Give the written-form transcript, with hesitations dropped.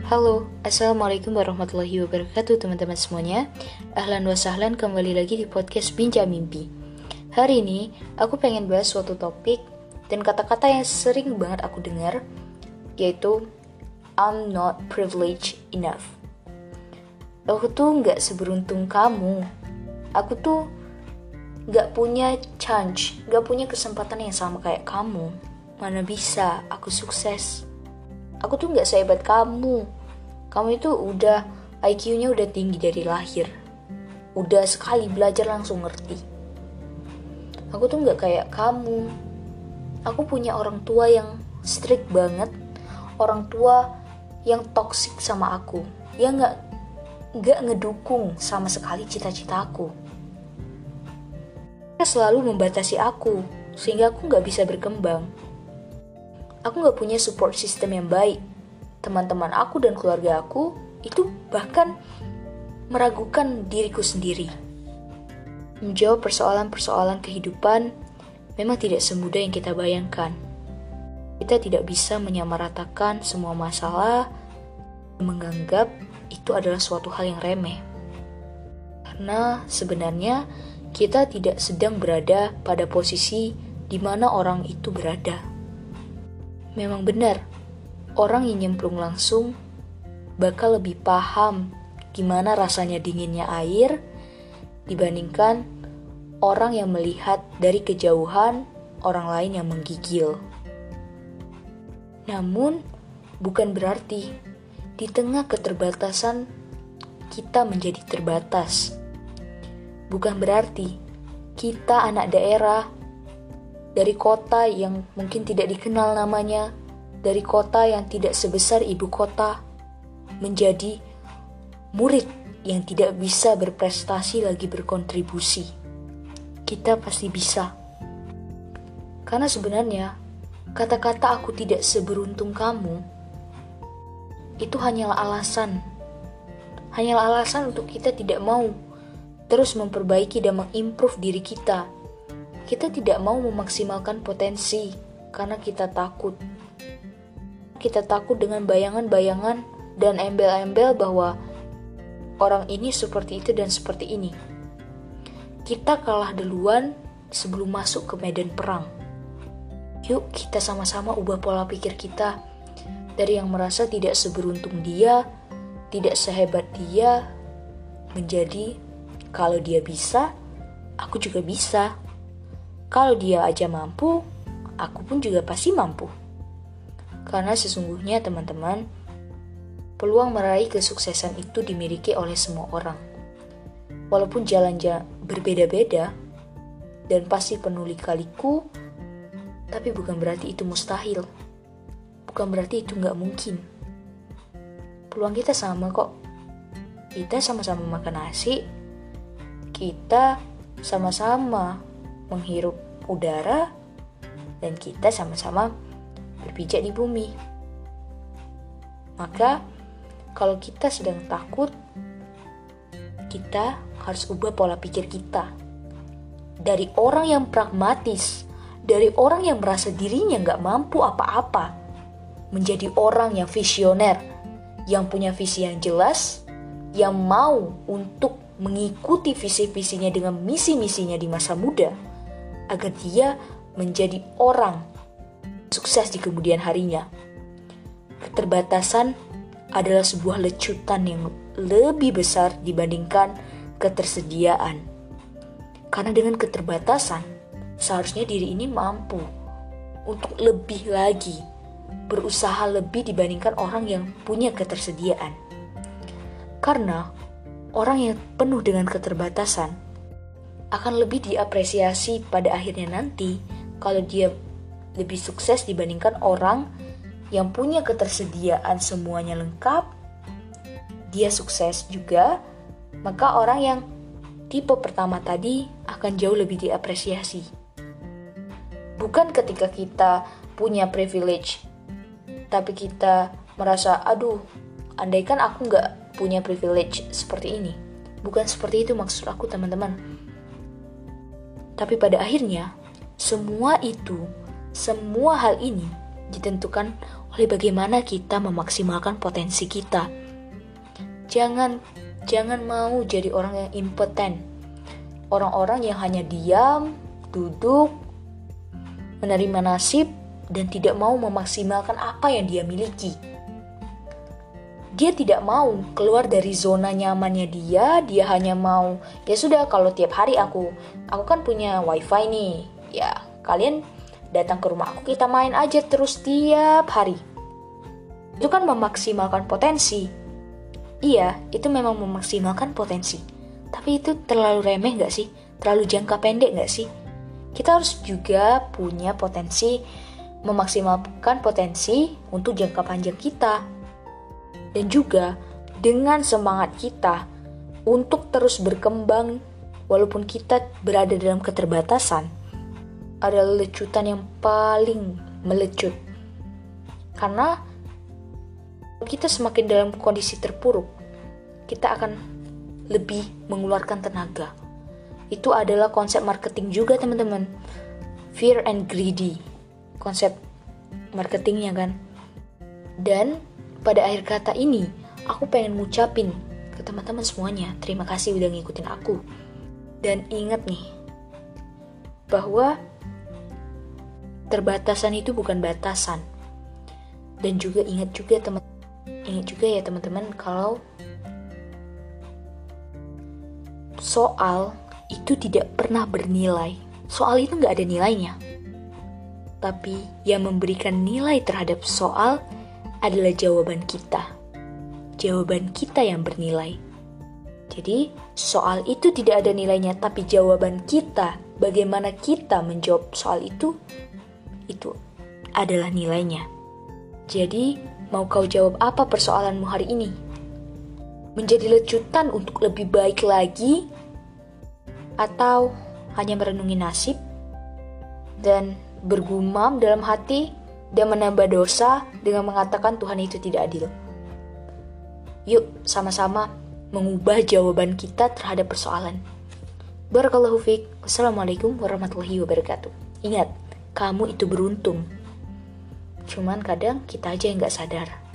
Halo, Assalamualaikum warahmatullahi wabarakatuh teman-teman semuanya. Ahlan wa sahlan, kembali lagi di podcast Bincang Mimpi. Hari ini aku pengen bahas suatu topik dan kata-kata yang sering banget aku dengar, yaitu I'm not privileged enough. Aku tuh gak seberuntung kamu. Aku tuh gak punya chance, gak punya kesempatan yang sama kayak kamu. Mana bisa aku sukses. Aku tuh gak sehebat kamu. Kamu itu udah IQ-nya udah tinggi dari lahir. Udah sekali belajar langsung ngerti. Aku tuh gak kayak kamu. Aku punya orang tua yang strict banget. Orang tua yang toksik sama aku. Yang gak ngedukung sama sekali cita-cita aku. Mereka selalu membatasi aku, sehingga aku gak bisa berkembang. Aku gak punya support system yang baik. Teman-teman aku dan keluarga aku itu bahkan meragukan diriku sendiri. Menjawab persoalan-persoalan kehidupan memang tidak semudah yang kita bayangkan. Kita tidak bisa menyamaratakan semua masalah dan menganggap itu adalah suatu hal yang remeh. Karena sebenarnya kita tidak sedang berada pada posisi di mana orang itu berada. Memang benar, orang yang nyemplung langsung bakal lebih paham gimana rasanya dinginnya air dibandingkan orang yang melihat dari kejauhan orang lain yang menggigil. Namun, bukan berarti di tengah keterbatasan kita menjadi terbatas. Bukan berarti kita anak daerah dari kota yang mungkin tidak dikenal namanya, dari kota yang tidak sebesar ibu kota, menjadi murid yang tidak bisa berprestasi lagi berkontribusi. Kita pasti bisa. Karena sebenarnya, kata-kata aku tidak seberuntung kamu, itu hanyalah alasan. Hanyalah alasan untuk kita tidak mau terus memperbaiki dan mengimprove diri kita. Kita tidak mau memaksimalkan potensi karena kita takut. Kita takut dengan bayangan-bayangan dan embel-embel bahwa orang ini seperti itu dan seperti ini. Kita kalah duluan sebelum masuk ke medan perang. Yuk kita sama-sama ubah pola pikir kita dari yang merasa tidak seberuntung dia, tidak sehebat dia, menjadi kalau dia bisa, aku juga bisa. Kalau dia aja mampu, aku pun juga pasti mampu. Karena sesungguhnya teman-teman, peluang meraih kesuksesan itu dimiliki oleh semua orang. Walaupun jalan-jalan berbeda-beda dan pasti penuh lika-liku, tapi bukan berarti itu mustahil. Bukan berarti itu gak mungkin. Peluang kita sama kok. Kita sama-sama makan nasi. Kita sama-sama menghirup udara, dan kita sama-sama berpijak di bumi. Maka, kalau kita sedang takut, kita harus ubah pola pikir kita. Dari orang yang pragmatis, dari orang yang merasa dirinya gak mampu apa-apa, menjadi orang yang visioner, yang punya visi yang jelas, yang mau untuk mengikuti visi-visinya dengan misi-misinya di masa muda, agar dia menjadi orang sukses di kemudian harinya. Keterbatasan adalah sebuah lecutan yang lebih besar dibandingkan ketersediaan. Karena dengan keterbatasan, seharusnya diri ini mampu untuk lebih lagi, berusaha lebih dibandingkan orang yang punya ketersediaan. Karena orang yang penuh dengan keterbatasan akan lebih diapresiasi pada akhirnya nanti kalau dia lebih sukses dibandingkan orang yang punya ketersediaan semuanya lengkap, dia sukses juga, maka orang yang tipe pertama tadi akan jauh lebih diapresiasi. Bukan ketika kita punya privilege, tapi kita merasa, aduh, andaikan aku gak punya privilege seperti ini. Bukan seperti itu maksud aku teman-teman. Tapi pada akhirnya, semua hal ini ditentukan oleh bagaimana kita memaksimalkan potensi kita. Jangan mau jadi orang yang impoten. Orang-orang yang hanya diam, duduk, menerima nasib, dan tidak mau memaksimalkan apa yang dia miliki. Dia tidak mau keluar dari zona nyamannya dia hanya mau, ya sudah, kalau tiap hari aku kan punya wifi nih, ya kalian datang ke rumah aku, kita main aja terus tiap hari. Itu kan memaksimalkan potensi. Iya, itu memang memaksimalkan potensi. Tapi itu terlalu remeh gak sih? Terlalu jangka pendek gak sih? Kita harus juga punya potensi, memaksimalkan potensi untuk jangka panjang kita. Dan juga dengan semangat kita untuk terus berkembang walaupun kita berada dalam keterbatasan adalah lecutan yang paling melecut. Karena kita semakin dalam kondisi terpuruk, kita akan lebih mengeluarkan tenaga. Itu adalah konsep marketing juga, teman-teman. Fear and greedy. Konsep marketingnya kan. Dan pada akhir kata ini, aku pengen ngucapin ke teman-teman semuanya, terima kasih udah ngikutin aku. Dan ingat nih, bahwa terbatasan itu bukan batasan. Dan juga ingat juga ya teman-teman, kalau soal itu tidak pernah bernilai. Soal itu gak ada nilainya. Tapi yang memberikan nilai terhadap soal adalah jawaban kita. Jawaban kita yang bernilai. Jadi, soal itu tidak ada nilainya, tapi jawaban kita, bagaimana kita menjawab soal itu adalah nilainya. Jadi, mau kau jawab apa persoalanmu hari ini? Menjadi lecutan untuk lebih baik lagi? Atau hanya merenungi nasib dan bergumam dalam hati dan menambah dosa dengan mengatakan Tuhan itu tidak adil? Yuk sama-sama mengubah jawaban kita terhadap persoalan. Barakallahu fiik. Wassalamualaikum warahmatullahi wabarakatuh. Ingat, kamu itu beruntung. Cuman kadang kita aja yang gak sadar.